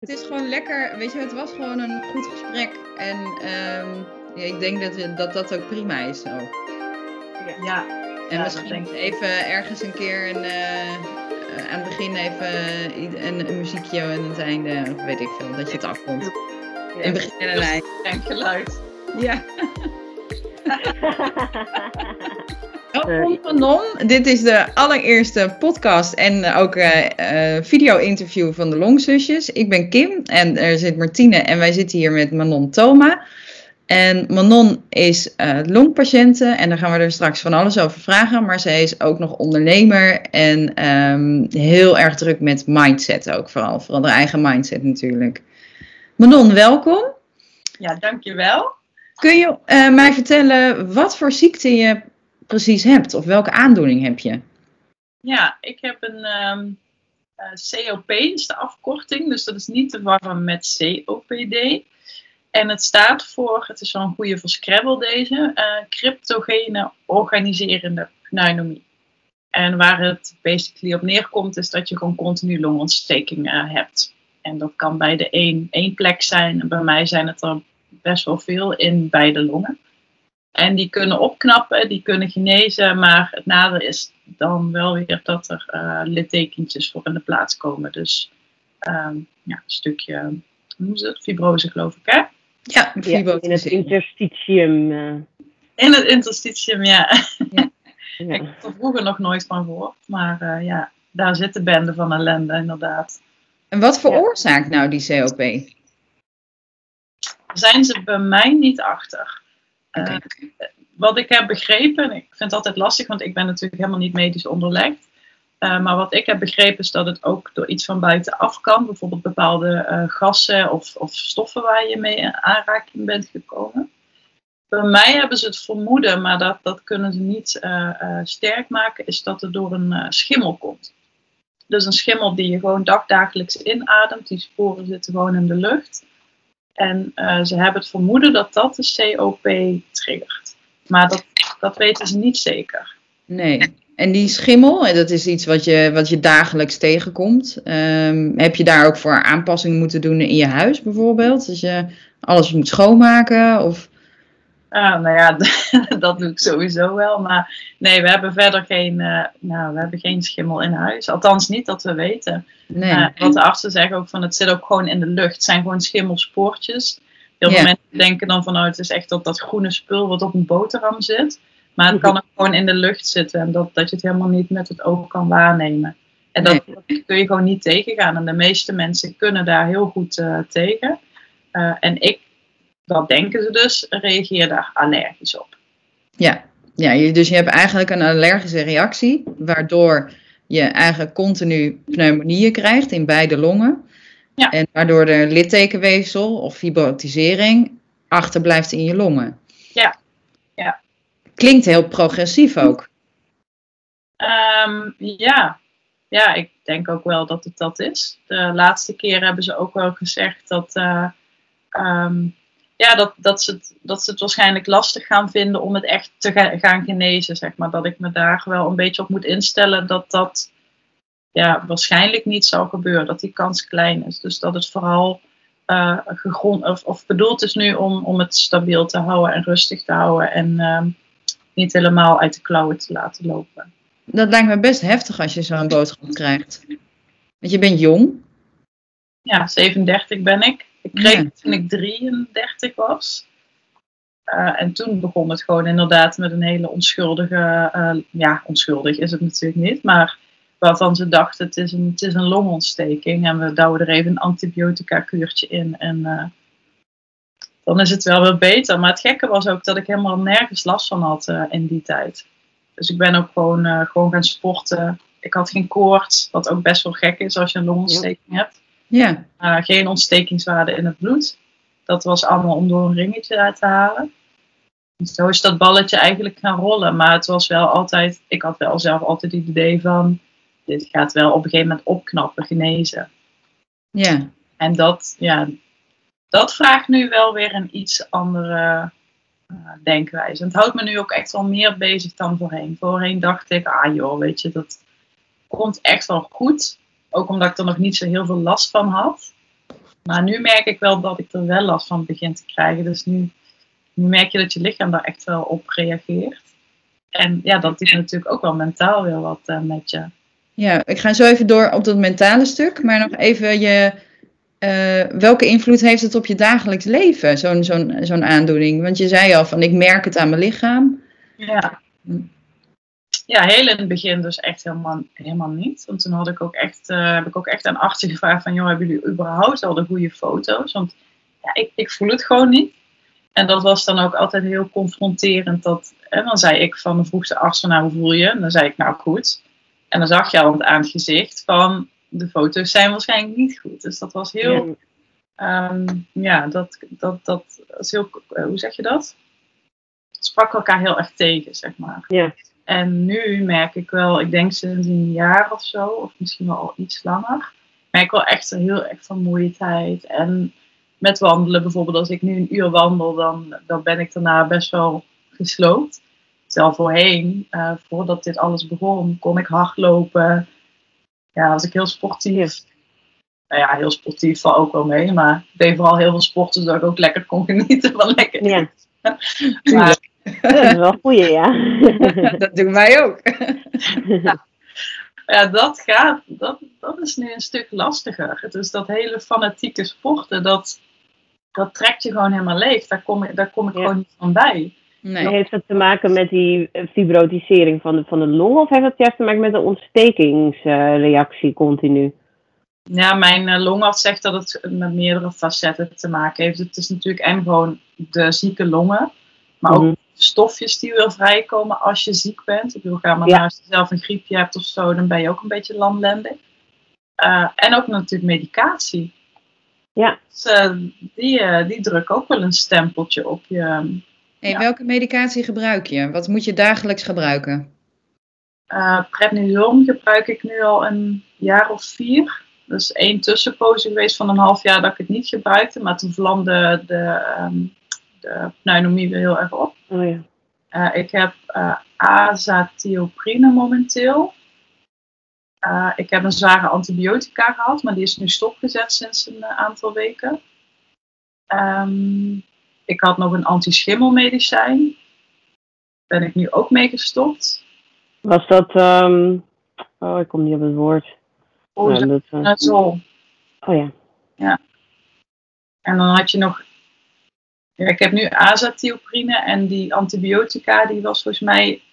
Het is gewoon lekker, weet je, het was gewoon een goed gesprek. En ik denk dat ook prima is zo. Ja. En misschien even ergens een keer aan het begin even een muziekje en aan het einde, of weet ik veel, dat je het afkomt. Ja. In begin en een eind. En geluid. Ja. Welkom Manon. Dit is de allereerste podcast en ook video-interview van de Longzusjes. Ik ben Kim en er zit Martine en wij zitten hier met Manon Thoma. En Manon is longpatiënte en daar gaan we er straks van alles over vragen. Maar zij is ook nog ondernemer en heel erg druk met mindset ook vooral haar eigen mindset natuurlijk. Manon, welkom. Ja, dankjewel. Kun je mij vertellen wat voor ziekte je precies hebt of welke aandoening heb je? Ja, ik heb een COP, is de afkorting, dus dat is niet te verwarren met COPD. En het staat voor, het is wel een goede voor Scrabble deze, cryptogene organiserende pneumonie. En waar het basically op neerkomt is dat je gewoon continu longontsteking hebt. En dat kan bij de één plek zijn en bij mij zijn het er best wel veel in beide longen. En die kunnen opknappen, die kunnen genezen, maar het nadeel is dan wel weer dat er littekentjes voor in de plaats komen. Dus een stukje, hoe noemen ze het? Fibrose geloof ik, hè? Ja, fibrose. In het interstitium. In het interstitium, ja. Ja. Ik heb er vroeger nog nooit van gehoord, maar daar zit de bende van ellende inderdaad. En wat veroorzaakt nou die COP? Zijn ze bij mij niet achter. Okay. Wat ik heb begrepen, en ik vind het altijd lastig, want ik ben natuurlijk helemaal niet medisch onderlegd. Maar wat ik heb begrepen is dat het ook door iets van buitenaf kan. Bijvoorbeeld bepaalde gassen of stoffen waar je mee in aanraking bent gekomen. Bij mij hebben ze het vermoeden, maar dat kunnen ze niet sterk maken, is dat het door een schimmel komt. Dus een schimmel die je gewoon dagdagelijks inademt, die sporen zitten gewoon in de lucht. En ze hebben het vermoeden dat dat de COP triggert. Maar dat weten ze niet zeker. Nee. En die schimmel, dat is iets wat je dagelijks tegenkomt. Heb je daar ook voor aanpassingen moeten doen in je huis bijvoorbeeld? Dus je alles moet schoonmaken? Of? Dat doe ik sowieso wel. Maar nee, we hebben verder geen schimmel in huis. Althans niet dat we weten. Nee. Wat de artsen zeggen ook van het zit ook gewoon in de lucht. Het zijn gewoon schimmelspoortjes. Heel veel mensen denken dan van het is echt dat groene spul wat op een boterham zit. Maar het kan ook gewoon in de lucht zitten. En dat je het helemaal niet met het oog kan waarnemen. En dat kun je gewoon niet tegengaan. En de meeste mensen kunnen daar heel goed tegen. Dat denken ze dus, reageer daar allergisch op. Ja, dus je hebt eigenlijk een allergische reactie, waardoor je eigenlijk continu pneumonieën krijgt in beide longen. Ja. En waardoor de littekenweefsel of fibrotisering achterblijft in je longen. Ja. Klinkt heel progressief ook. Ja, ik denk ook wel dat het dat is. De laatste keer hebben ze ook wel gezegd dat ze het waarschijnlijk lastig gaan vinden om het echt te gaan genezen, zeg maar. Dat ik me daar wel een beetje op moet instellen dat waarschijnlijk niet zal gebeuren. Dat die kans klein is. Dus dat het vooral bedoeld is nu om het stabiel te houden en rustig te houden. En niet helemaal uit de klauwen te laten lopen. Dat lijkt me best heftig als je zo'n boodschap krijgt. Want je bent jong. Ja, 37 ben ik. Ik kreeg het toen ik 33 was. En toen begon het gewoon inderdaad met een hele onschuldige... onschuldig is het natuurlijk niet. Maar waarvan ze dachten, het is een longontsteking. En we douwen er even een antibiotica kuurtje in. En dan is het wel weer beter. Maar het gekke was ook dat ik helemaal nergens last van had in die tijd. Dus ik ben ook gewoon gaan sporten. Ik had geen koorts, wat ook best wel gek is als je een longontsteking hebt. Ja. Geen ontstekingswaarde in het bloed. Dat was allemaal om door een ringetje uit te halen. En zo is dat balletje eigenlijk gaan rollen. Maar het was wel altijd... Ik had wel zelf altijd het idee van... Dit gaat wel op een gegeven moment opknappen, genezen. Ja. En dat vraagt nu wel weer een iets andere denkwijze. En het houdt me nu ook echt wel meer bezig dan voorheen. Voorheen dacht ik, weet je, dat komt echt wel goed. Ook omdat ik er nog niet zo heel veel last van had. Maar nu merk ik wel dat ik er wel last van begin te krijgen. Dus nu merk je dat je lichaam daar echt wel op reageert. En ja, dat doet natuurlijk ook wel mentaal weer wat met je. Ja, ik ga zo even door op dat mentale stuk. Maar nog even welke invloed heeft het op je dagelijks leven, zo'n aandoening? Want je zei al van, ik merk het aan mijn lichaam. Ja, heel in het begin dus echt helemaal niet. Want toen heb ik ook echt aan artsen gevraagd van, joh, hebben jullie überhaupt al de goede foto's? Want ja, ik voel het gewoon niet. En dat was dan ook altijd heel confronterend. En dan zei ik dan vroeg de arts van, nou, hoe voel je? En dan zei ik, nou, goed. En dan zag je al aan het gezicht van, de foto's zijn waarschijnlijk niet goed. Dus dat was heel, dat is heel, hoe zeg je dat? Het sprak elkaar heel erg tegen, zeg maar. Ja. En nu merk ik wel, ik denk sinds een jaar of zo, of misschien wel al iets langer, merk ik wel echt heel erg vermoeidheid. En met wandelen bijvoorbeeld, als ik nu een uur wandel, dan ben ik daarna best wel gesloopt. Terwijl voorheen, voordat dit alles begon, kon ik hardlopen. Ja, was ik heel sportief. Nou ja, heel sportief valt ook wel mee, maar ik deed vooral heel veel sporten, zodat ik ook lekker kon genieten van lekker. Ja. Maar, Dat is wel goeie, ja. Dat doen wij ook. ja, dat is nu een stuk lastiger. Dus dat hele fanatieke sporten, dat trekt je gewoon helemaal leeg. Daar kom ik gewoon niet van bij. Nee. Heeft dat te maken met die fibrotisering van de long, of heeft dat juist te maken met de ontstekingsreactie continu? Ja, mijn longarts zegt dat het met meerdere facetten te maken heeft. Het is natuurlijk gewoon de zieke longen, maar ook stofjes die weer vrijkomen als je ziek bent. Ik bedoel, ga maar naar als je zelf een griepje hebt of zo, dan ben je ook een beetje lamlendig. En ook natuurlijk medicatie. Ja. Dus, die drukken ook wel een stempeltje op je. Welke medicatie gebruik je? Wat moet je dagelijks gebruiken? Prednison gebruik ik nu al een jaar of 4. Dus 1 tussenpoze geweest van een half jaar dat ik het niet gebruikte. Maar toen vlamde de pneumonie weer heel erg op. Oh ja. Ik heb azatioprine momenteel. Ik heb een zware antibiotica gehad, maar die is nu stopgezet sinds een aantal weken. Ik had nog een antischimmelmedicijn. Ben ik nu ook mee gestopt. Was dat, ik kom niet op het woord. Ozanazol. Oh ja. Ja. En dan had je nog, ja, ik heb nu azatioprine en die antibiotica, die was volgens mij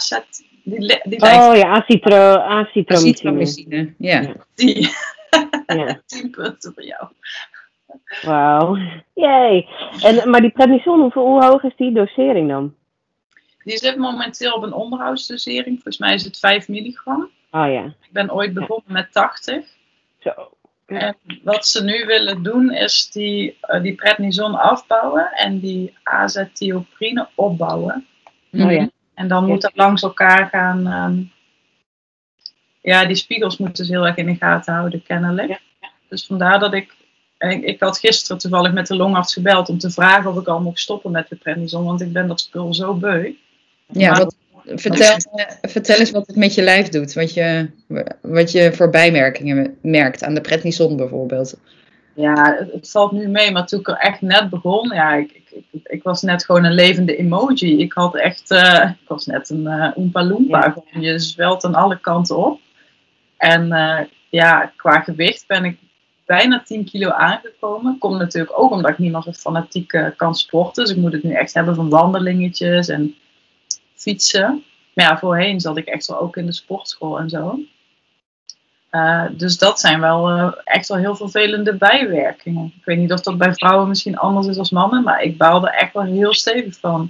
Acitromycine. Ja. Die. Ja. 10 punten voor jou. Wauw. Yay. Maar die prednison, hoe hoog is die dosering dan? Die zit momenteel op een onderhoudsdosering. Volgens mij is het 5 milligram. Oh ja. Ik ben ooit begonnen met 80. Zo. Ja. En wat ze nu willen doen is die prednison afbouwen en die azatioprine opbouwen. Oh ja. En dan moet dat langs elkaar gaan. Die spiegels moeten ze heel erg in de gaten houden, kennelijk. Ja. Dus vandaar dat ik had gisteren toevallig met de longarts gebeld om te vragen of ik al mocht stoppen met de prednison, want ik ben dat spul zo beu. Ja, vertel eens wat het met je lijf doet, wat je voor bijwerkingen merkt aan de prednison bijvoorbeeld. Ja, het valt nu mee, maar toen ik er echt net begon, ja, ik was net gewoon een levende emoji. Ik was net een Oompa Loompa. Ja. Je zwelt aan alle kanten op. En qua gewicht ben ik bijna 10 kilo aangekomen. Komt natuurlijk ook omdat ik niet meer zo fanatiek kan sporten. Dus ik moet het nu echt hebben van wandelingetjes en fietsen. Maar ja, voorheen zat ik echt wel ook in de sportschool en zo. Dus dat zijn wel echt wel heel vervelende bijwerkingen. Ik weet niet of dat bij vrouwen misschien anders is als mannen, maar ik baal er echt wel heel stevig van.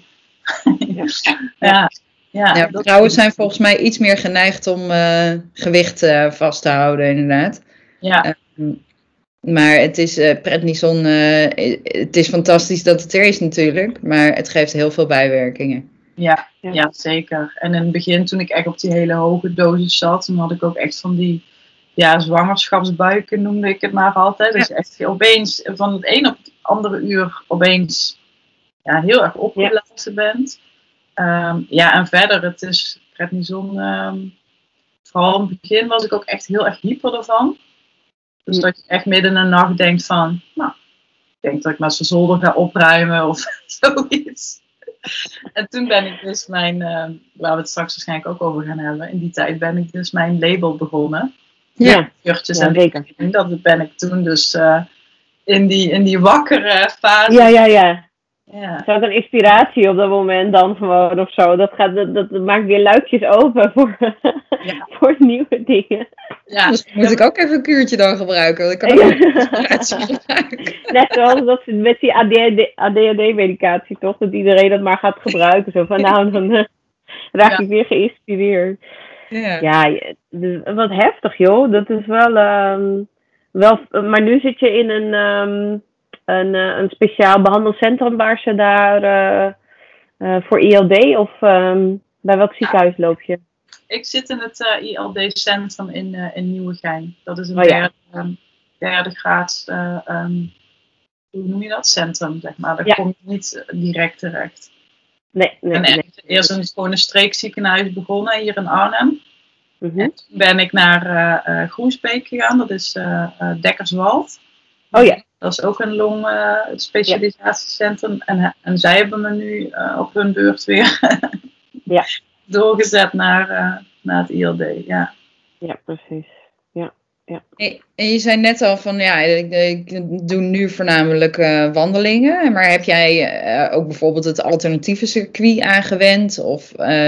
Vrouwen zijn volgens mij iets meer geneigd om gewicht vast te houden, inderdaad. Ja. Maar het is prednison, het is fantastisch dat het er is natuurlijk, maar het geeft heel veel bijwerkingen. Ja, zeker. En in het begin, toen ik echt op die hele hoge dosis zat, toen had ik ook echt van die zwangerschapsbuiken, noemde ik het maar altijd. Dus echt opeens van het een op het andere uur opeens heel erg opgelaten bent. En verder, het is prednison, vooral in het begin was ik ook echt heel erg hyper ervan. Dus dat je echt midden in de nacht denkt van, nou, ik denk dat ik maar zijn zolder ga opruimen of zoiets. En toen ben ik dus waar we het straks waarschijnlijk ook over gaan hebben, in die tijd ben ik dus mijn label begonnen. Ja, Jurtjes ja, en zeker. dat ben ik toen dus in die wakkere fase. Ja. Ja. Is ook een inspiratie op dat moment dan gewoon of zo. Dat maakt weer luikjes open voor nieuwe dingen. Ja. Misschien moet ik ook even een kuurtje dan gebruiken. Want ik kan ook inspiratie gebruiken. Net zoals dat ze met die ADHD-medicatie toch, dat iedereen dat maar gaat gebruiken. Zo van nou, dan raak ik weer geïnspireerd. Ja, wat heftig joh. Dat is wel, maar nu zit je in een speciaal behandelcentrum waar ze daar voor ILD of bij welk ziekenhuis loop je? Ik zit in het ILD-centrum in Nieuwegein. Dat is een derde graads, hoe noem je dat? Centrum, zeg maar. Daar kom je niet direct terecht. Nee. Eerst gewoon een streekziekenhuis begonnen hier in Arnhem. Mm-hmm. En toen ben ik naar Groesbeek gegaan, dat is Dekkerswald. Oh ja. Dat is ook een long-specialisatiecentrum. En zij hebben me nu op hun beurt weer doorgezet naar het ILD. Ja, precies. Ja. En je zei net al van, ik doe nu voornamelijk wandelingen. Maar heb jij ook bijvoorbeeld het alternatieve circuit aangewend? Of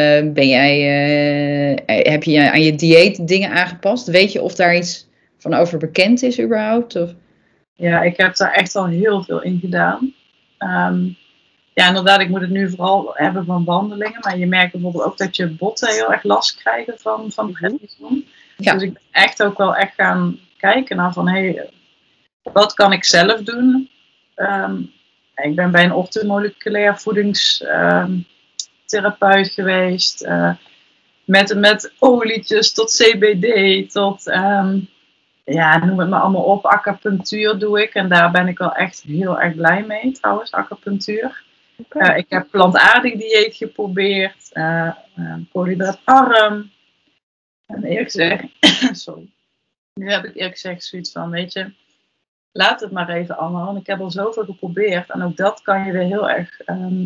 heb je aan je dieet dingen aangepast? Weet je of daar iets van over bekend is überhaupt? Of? Ja, ik heb daar echt al heel veel in gedaan. Inderdaad, ik moet het nu vooral hebben van wandelingen. Maar je merkt bijvoorbeeld ook dat je botten heel erg last krijgen van prednison. Ja. Dus ik ben echt ook wel echt gaan kijken naar van, wat kan ik zelf doen? Ik ben bij een orthomoleculair voedingstherapeut geweest. Met olietjes tot CBD, tot, noem het maar allemaal op. Acupunctuur doe ik en daar ben ik wel echt heel erg blij mee trouwens, acupunctuur. Okay. Ik heb plantaardig dieet geprobeerd, koolhydraatarm. En eerlijk gezegd, nu heb ik eerlijk gezegd zoiets van, weet je, laat het maar even allemaal, want ik heb al zoveel geprobeerd en ook dat kan je weer heel erg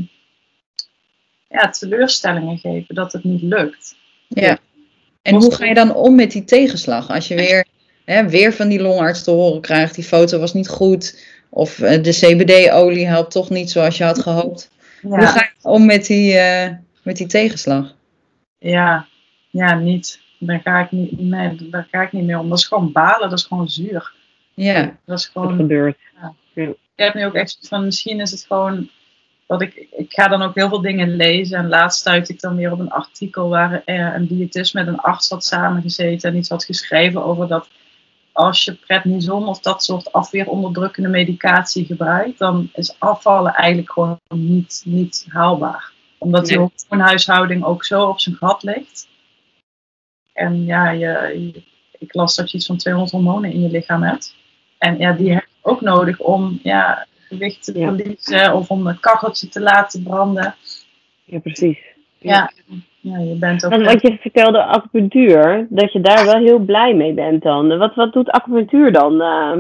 teleurstellingen geven, dat het niet lukt. Ja, en hoe ga je dan om met die tegenslag? Als je weer van die longarts te horen krijgt, die foto was niet goed, of de CBD-olie helpt toch niet zoals je had gehoopt. Ja. Hoe ga je om met die tegenslag? Ja, niet. Daar ga ik niet meer om. Dat is gewoon balen, dat is gewoon zuur. Ja. Dat is gewoon. Dat gebeurt. Ja. Ik heb nu ook echt van, misschien is het gewoon dat ik ga dan ook heel veel dingen lezen. En laatst stuitte ik dan weer op een artikel waar een diëtist met een arts had samengezeten en iets had geschreven over dat als je prednison of dat soort afweeronderdrukkende medicatie gebruikt, dan is afvallen eigenlijk gewoon niet haalbaar. Omdat die hormoonhuishouding ook zo op zijn gat ligt. En ik las dat je iets van 200 hormonen in je lichaam hebt. En die heb je ook nodig om gewicht te verliezen of om het kacheltje te laten branden. Ja, precies. Ja, je bent ook... Want je vertelde acupunctuur, dat je daar wel heel blij mee bent dan. Wat doet acupunctuur dan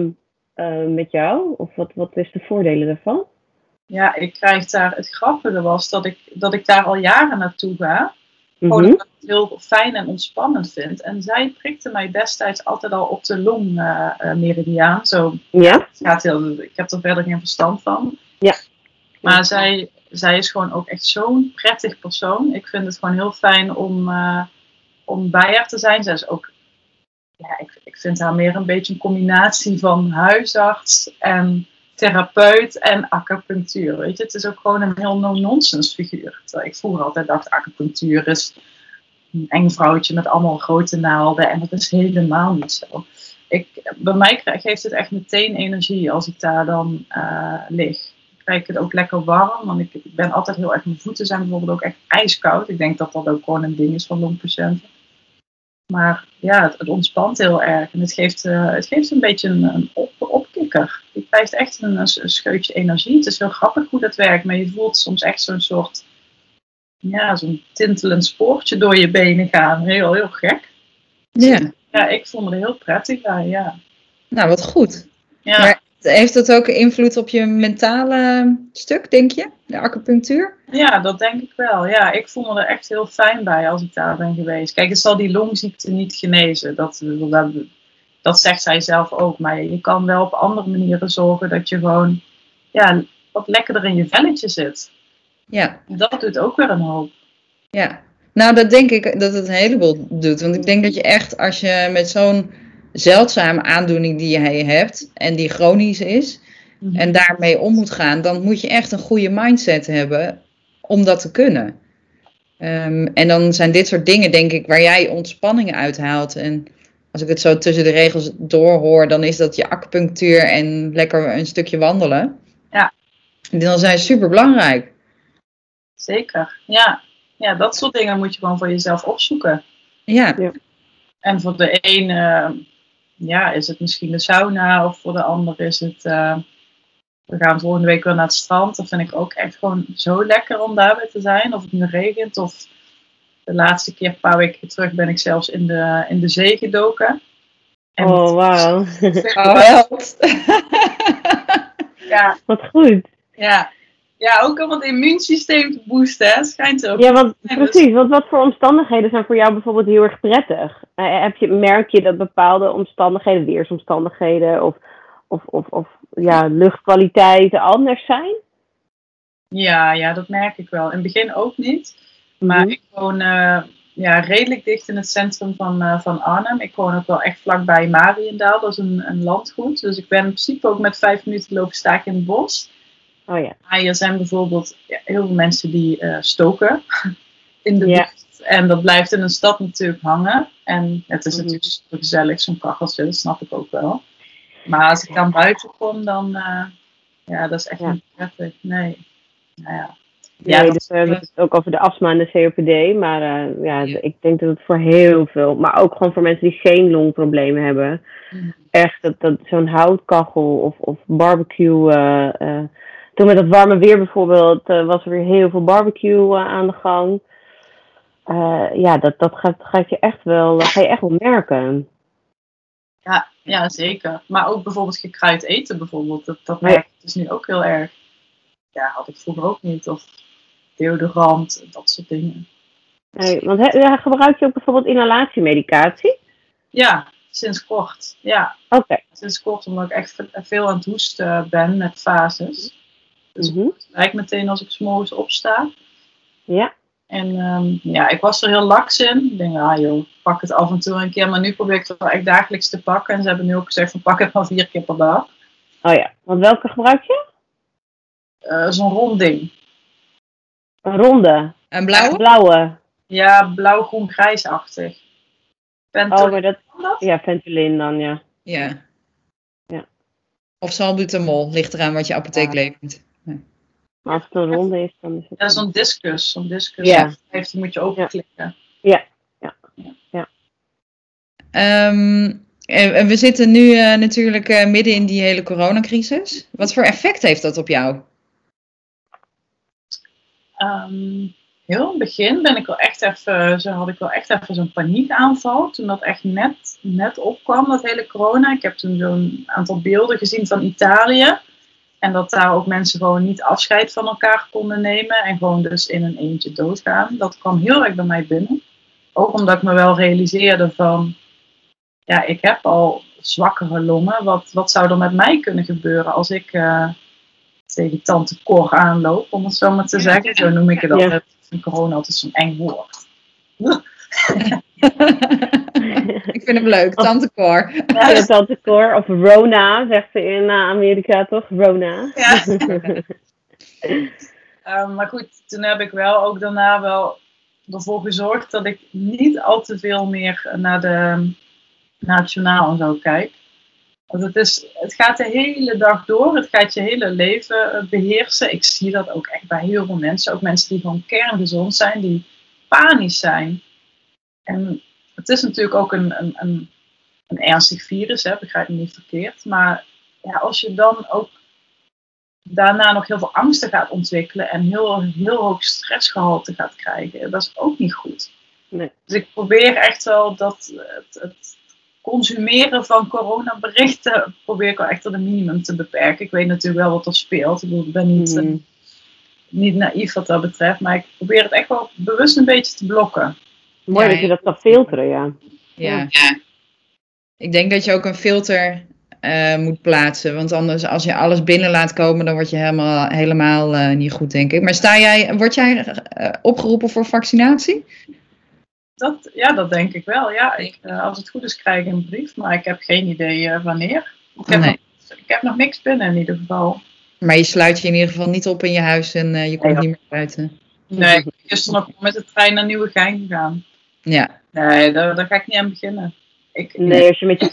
met jou? Of wat is de voordelen daarvan? Ja, ik krijg daar... Het grappige was dat ik daar al jaren naartoe ga. Gewoon omdat ik het heel fijn en ontspannend vind. En zij prikte mij destijds altijd al op de longmeridiaan. Ik heb er verder geen verstand van. Ja. Maar zij is gewoon ook echt zo'n prettig persoon. Ik vind het gewoon heel fijn om bij haar te zijn. Zij is ook... Ja, ik vind haar meer een beetje een combinatie van huisarts en therapeut en acupunctuur. Weet je, het is ook gewoon een heel no-nonsense figuur. Terwijl ik vroeger altijd dacht, acupunctuur is een eng vrouwtje met allemaal grote naalden. En dat is helemaal niet zo. Bij mij geeft het echt meteen energie als ik daar dan lig. Ik krijg het ook lekker warm, want ik ben altijd heel erg... Mijn voeten zijn bijvoorbeeld ook echt ijskoud. Ik denk dat dat ook gewoon een ding is van longpatiënten. Maar ja, het ontspant heel erg. En het geeft een beetje een opkikker. Je krijgt echt een scheutje energie. Het is heel grappig hoe dat werkt. Maar je voelt soms echt zo'n soort... Ja, zo'n tintelend spoortje door je benen gaan. Heel, heel gek. Ja. Ja, ik vond het heel prettig daar, ja. Nou, wat goed. Ja. Maar heeft dat ook invloed op je mentale stuk, denk je? De acupunctuur? Ja, dat denk ik wel. Ja, ik voel me er echt heel fijn bij als ik daar ben geweest. Kijk, het zal die longziekte niet genezen. Dat zegt zij zelf ook. Maar je kan wel op andere manieren zorgen dat je gewoon wat lekkerder in je velletje zit. Ja. Dat doet ook weer een hoop. Ja. Nou, dat denk ik dat het een heleboel doet. Want ik denk dat je echt, als je met zo'n zeldzame aandoening die jij hebt en die chronisch is en daarmee om moet gaan, dan moet je echt een goede mindset hebben om dat te kunnen. En dan zijn dit soort dingen, denk ik, waar jij ontspanningen uithaalt. En als ik het zo tussen de regels doorhoor, dan is dat je acupunctuur en lekker een stukje wandelen. Ja. En dan zijn ze super belangrijk. Zeker, ja. Ja, dat soort dingen moet je gewoon voor jezelf opzoeken. Ja. En voor de ene is het misschien de sauna, of voor de ander is het... we gaan volgende week weer naar het strand. Dat vind ik ook echt gewoon zo lekker om daarbij te zijn. Of het nu regent, of de laatste keer, een paar weken terug, ben ik zelfs in de zee gedoken. En oh, wauw. Ja. Wat goed. Ja, ook om het immuunsysteem te boosten, hè. Schijnt ook. Ja, precies. Want wat voor omstandigheden zijn voor jou bijvoorbeeld heel erg prettig? Merk je dat bepaalde omstandigheden, weersomstandigheden of luchtkwaliteit anders zijn? Ja, dat merk ik wel. In het begin ook niet. Maar ik woon redelijk dicht in het centrum van Arnhem. Ik woon ook wel echt vlakbij Mariëndaal. Dat is een landgoed. Dus ik ben in principe ook met 5 minuten lopen sta ik in het bos. Oh ja. Maar er zijn bijvoorbeeld heel veel mensen die stoken in de lucht. En dat blijft in een stad natuurlijk hangen. En het is natuurlijk super gezellig, zo'n kacheltje. Dat snap ik ook wel. Maar als ik dan buiten kom, dan... dat is echt niet prettig. Nee. Nou ja. Nee, dus we hebben het ook over de astma en de COPD. Maar ik denk dat het voor heel veel... Maar ook gewoon voor mensen die geen longproblemen hebben. Echt, dat zo'n houtkachel of barbecue... toen met dat warme weer bijvoorbeeld was er weer heel veel barbecue aan de gang. Dat ga je echt wel merken. Ja, zeker. Maar ook bijvoorbeeld gekruid eten bijvoorbeeld. Dat merk ik dus nu ook heel erg. Ja, had ik vroeger ook niet. Of deodorant, dat soort dingen. Nee, want gebruik je ook bijvoorbeeld inhalatiemedicatie? Ja, sinds kort. Ja. Oké. Sinds kort, omdat ik echt veel aan het hoesten ben met fases. Dus ik gelijk meteen als ik 's morgens opsta. Ja. En ik was er heel laks in. Ik denk, pak het af en toe een keer. Maar nu probeer ik het wel echt dagelijks te pakken. En ze hebben nu ook gezegd van pak het maar 4 keer per dag. Oh ja, want welke gebruik je? Zo'n rond ding. Een ronde? Een blauwe? Blauwe. Ja, blauw-groen-grijsachtig. Oh, maar dat... Ja, Ventolin dan, ja. Ja. Of salbutamol, ligt eraan wat je apotheek levert. Nee. Maar als het een ronde is, dan is het... Ja, zo'n discus. Ja. Die moet je openklikken. Ja. En we zitten nu natuurlijk midden in die hele coronacrisis. Wat voor effect heeft dat op jou? Heel in het begin had ik wel echt even zo'n paniekaanval. Toen dat echt net opkwam, dat hele corona. Ik heb toen zo'n aantal beelden gezien van Italië. En dat daar ook mensen gewoon niet afscheid van elkaar konden nemen. En gewoon dus in een eentje doodgaan. Dat kwam heel erg bij mij binnen. Ook omdat ik me wel realiseerde van... Ja, ik heb al zwakkere longen. Wat zou er met mij kunnen gebeuren als ik tegen tante Cor aanloop, om het zo maar te zeggen. Zo noem ik het altijd. Ik vind corona altijd zo'n eng woord. Ik vind hem leuk, tante Cor. Ja, tante Cor, of Rona, zegt ze in Amerika toch? Rona. Ja. Maar goed, toen heb ik wel ook daarna wel ervoor gezorgd dat ik niet al te veel meer naar het journaal en zo kijk. Want het gaat de hele dag door. Het gaat je hele leven beheersen. Ik zie dat ook echt bij heel veel mensen. Ook mensen die gewoon kerngezond zijn. Die panisch zijn. En het is natuurlijk ook een ernstig virus. Hè, begrijp me niet verkeerd. Maar ja, als je dan ook daarna nog heel veel angsten gaat ontwikkelen. En heel hoog stressgehalte gaat krijgen. Dat is ook niet goed. Nee. Dus ik probeer echt wel dat het consumeren van coronaberichten probeer ik wel echt tot een minimum te beperken. Ik weet natuurlijk wel wat er speelt. Ik bedoel, ik ben niet naïef wat dat betreft, maar ik probeer het echt wel bewust een beetje te blokken. Mooi dat je dat kan filteren, ja. Ja. Ik denk dat je ook een filter moet plaatsen, want anders als je alles binnen laat komen, dan word je helemaal niet goed, denk ik. Maar word jij opgeroepen voor vaccinatie? Dat denk ik wel, ja. Als het goed is krijg ik een brief, maar ik heb geen idee wanneer. Ik heb nog niks binnen in ieder geval. Maar je sluit je in ieder geval niet op in je huis en je komt niet meer buiten. Nee, ik ben gisteren nog met de trein naar Nieuwegein gegaan. Ja. Nee, daar ga ik niet aan beginnen. Nee, als je met je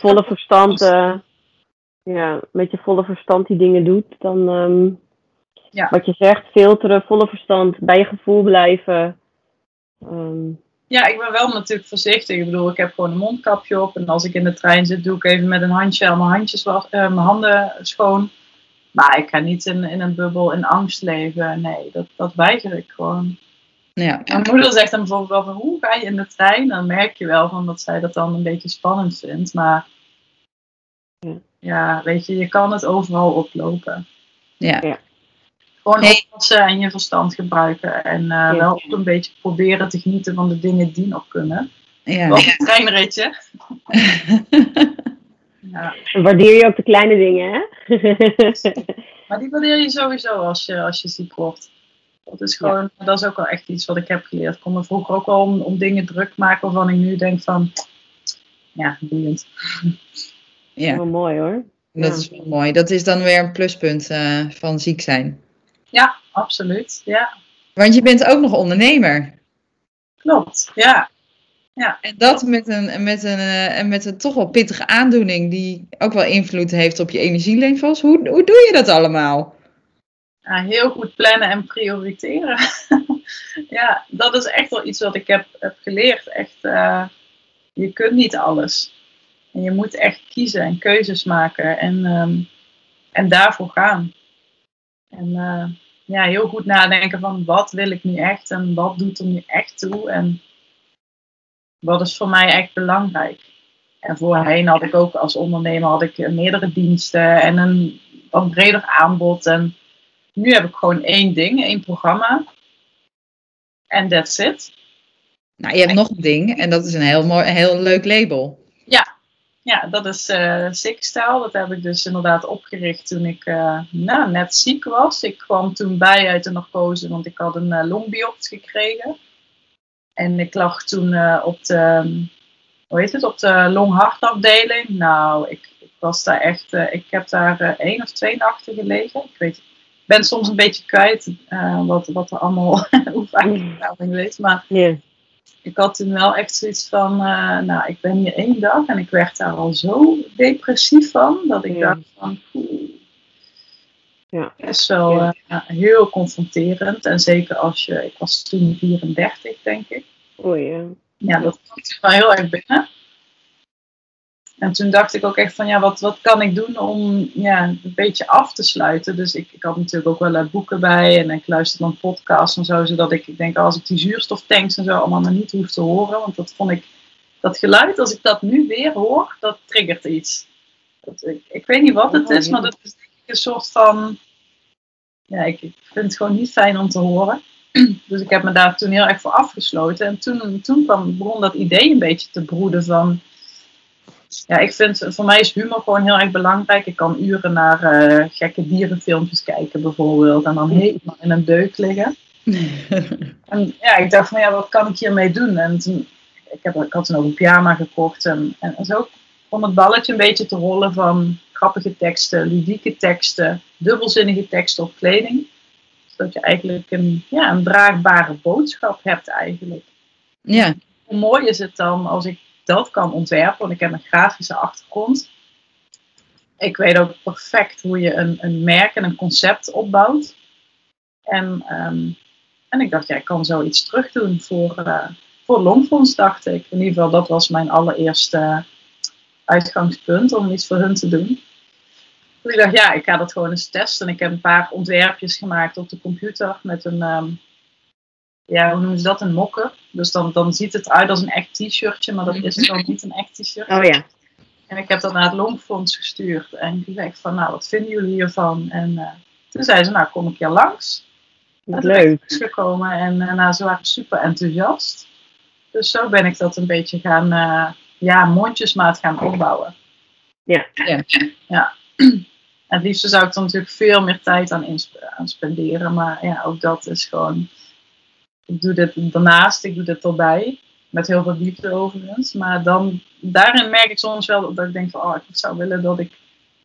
volle verstand die dingen doet, dan wat je zegt, filteren, volle verstand, bij je gevoel blijven. Ja, ik ben wel natuurlijk voorzichtig. Ik bedoel, ik heb gewoon een mondkapje op. En als ik in de trein zit, doe ik even met een handje al mijn handen schoon. Maar ik ga niet in een bubbel in angst leven. Nee, dat weiger ik gewoon. Ja. Mijn moeder zegt dan bijvoorbeeld wel van, hoe ga je in de trein? Dan merk je wel van dat zij dat dan een beetje spannend vindt. Maar ja, weet je kan het overal oplopen. Ja. Gewoon oppassen en je verstand gebruiken. En wel ook een beetje proberen te genieten van de dingen die nog kunnen. Ja. Wat een treinritje. Ja. Waardeer je ook de kleine dingen, hè? Maar die waardeer je sowieso als je ziek wordt. Dat is gewoon, dat is ook wel echt iets wat ik heb geleerd. Ik kon me vroeger ook wel om dingen druk maken waarvan ik nu denk van, ja, boeiend. Ja. Wel mooi hoor. Dat is wel mooi. Dat is dan weer een pluspunt van ziek zijn. Ja, absoluut. Ja. Want je bent ook nog ondernemer. Klopt, ja. En dat met een toch wel pittige aandoening die ook wel invloed heeft op je energielevels. Hoe doe je dat allemaal? Ja, heel goed plannen en prioriteren. Ja, dat is echt wel iets wat ik heb geleerd. Echt, je kunt niet alles. En je moet echt kiezen en keuzes maken en daarvoor gaan. En heel goed nadenken van wat wil ik nu echt en wat doet er nu echt toe en wat is voor mij echt belangrijk. En voorheen had ik ook als ondernemer meerdere diensten en een wat breder aanbod. En nu heb ik gewoon één programma. En that's it. Nou, je hebt nog een ding en dat is een heel leuk label. Ja, dat is Sickstyle. Dat heb ik dus inderdaad opgericht toen ik net ziek was. Ik kwam toen bij uit de narcose, want ik had een longbiopsie gekregen. En ik lag toen op de long-hartafdeling. Nou, ik was daar echt, ik heb daar 1 of 2 nachten gelegen. Ik ben soms een beetje kwijt wat er allemaal, hoe vaak ik daar ben geweest. Maar ik had toen wel echt zoiets van, ik ben hier 1 dag en ik werd daar al zo depressief van, dat ik dacht van, is wel heel confronterend. En zeker ik was toen 34, denk ik. Ja, dat kwam wel heel erg binnen. En toen dacht ik ook echt van, wat kan ik doen om een beetje af te sluiten. Dus ik had natuurlijk ook wel boeken bij en ik luisterde dan podcasts en zo, zodat ik denk, als ik die zuurstoftanks en zo allemaal maar niet hoef te horen, want dat vond ik, dat geluid, als ik dat nu weer hoor, dat triggert iets. Ik weet niet wat het is, maar dat is denk ik een soort van, ik vind het gewoon niet fijn om te horen. Dus ik heb me daar toen heel erg voor afgesloten. En toen begon dat idee een beetje te broeden van, voor mij is humor gewoon heel erg belangrijk. Ik kan uren naar gekke dierenfilmpjes kijken bijvoorbeeld. En dan helemaal in een deuk liggen. En ik dacht van, wat kan ik hiermee doen? En toen, ik had toen ook een pyjama gekocht. En zo kwam het balletje een beetje te rollen van grappige teksten, ludieke teksten, dubbelzinnige teksten op kleding. Zodat je eigenlijk een draagbare boodschap hebt eigenlijk. Ja. Hoe mooi is het dan als ik dat kan ontwerpen, want ik heb een grafische achtergrond. Ik weet ook perfect hoe je een merk en een concept opbouwt. En ik dacht, ik kan zoiets terug doen voor Longfonds, dacht ik. In ieder geval, dat was mijn allereerste uitgangspunt om iets voor hun te doen. Dus ik dacht, ik ga dat gewoon eens testen. En ik heb een paar ontwerpjes gemaakt op de computer met een, hoe noemen ze dat, een mock-up. Dus dan ziet het uit als een echt t-shirtje, maar dat is dan niet een echt t-shirt. Oh ja. En ik heb dat naar het Longfonds gestuurd. En gezegd van, nou, wat vinden jullie hiervan? En toen zei ze, nou, kom ik hier langs. Wat leuk. Gekomen en ze waren super enthousiast. Dus zo ben ik dat een beetje gaan, mondjesmaat gaan opbouwen. Ja. Het liefst zou ik er natuurlijk veel meer tijd aan spenderen. Maar ja, ook dat is gewoon... Ik doe dit daarnaast, ik doe dit erbij. Met heel veel liefde overigens. Maar daarin merk ik soms wel dat ik denk van... ik zou willen dat ik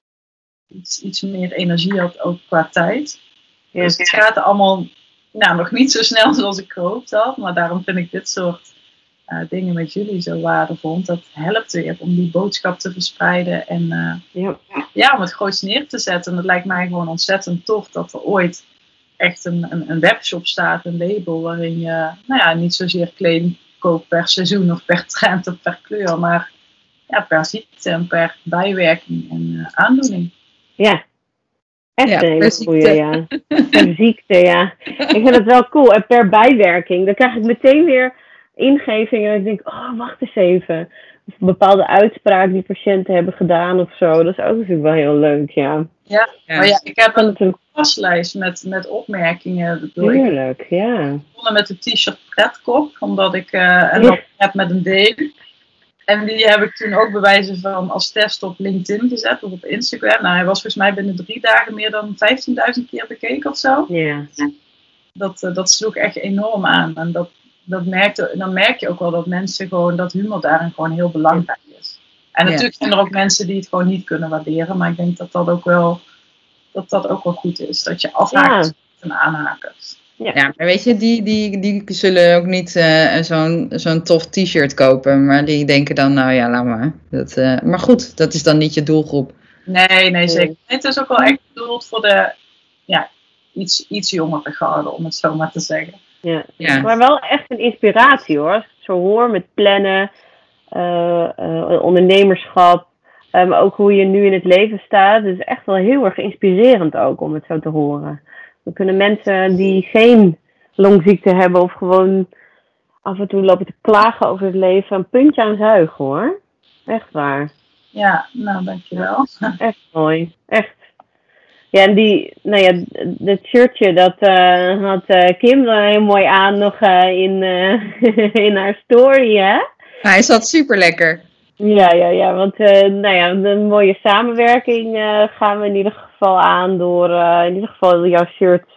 iets meer energie had, ook qua tijd. Ja. Dus het gaat allemaal nog niet zo snel zoals ik gehoopt had. Maar daarom vind ik dit soort dingen met jullie zo waardevol. Dat helpt weer om die boodschap te verspreiden. En om het groots neer te zetten. En het lijkt mij gewoon ontzettend tof dat er ooit echt een webshop staat. Een label waarin je niet zozeer kleding koopt per seizoen of per trend of per kleur. Maar per ziekte en per bijwerking en aandoening. Ja. Echt een hele goeie, ja. Per ziekte, ja. Ik vind het wel cool. En per bijwerking. Dan krijg ik meteen weer ingevingen. En ik denk, wacht eens even. Of een bepaalde uitspraak die patiënten hebben gedaan of zo. Dat is ook natuurlijk wel heel leuk, ja. Ja, maar ik heb een paslijst met opmerkingen. Tuurlijk, ja. Ik begon met de t-shirt Pretkop. Omdat ik een heb met een D. En die heb ik toen ook bij wijze van als test op LinkedIn gezet of op Instagram. Nou, hij was volgens mij binnen 3 dagen meer dan 15.000 keer bekeken of zo. Ja. Dat sloeg echt enorm aan. En dan merk je ook wel dat mensen gewoon, dat humor daarin gewoon heel belangrijk is. En natuurlijk zijn er ook mensen die het gewoon niet kunnen waarderen. Maar ik denk dat dat ook wel goed is. Dat je afhaakt van aanhakers. Ja, maar weet je, die zullen ook niet zo'n tof t-shirt kopen. Maar die denken dan, laat maar. Maar goed, dat is dan niet je doelgroep. Nee, zeker. Het is ook wel echt bedoeld voor de iets jongere garde, om het zo maar te zeggen. Ja. Maar wel echt een inspiratie hoor. Zo hoor met plannen, ondernemerschap. Maar ook hoe je nu in het leven staat. Het is echt wel heel erg inspirerend ook om het zo te horen. Dan kunnen mensen die geen longziekte hebben of gewoon af en toe lopen te klagen over het leven een puntje aan zuigen hoor. Echt waar. Ja, nou dankjewel. Echt mooi. Echt. Ja, en dat shirtje dat had Kim dan heel mooi aan nog in haar story hè. Hij zat super lekker. Ja, want een mooie samenwerking gaan we in ieder geval aan door in ieder geval jouw shirts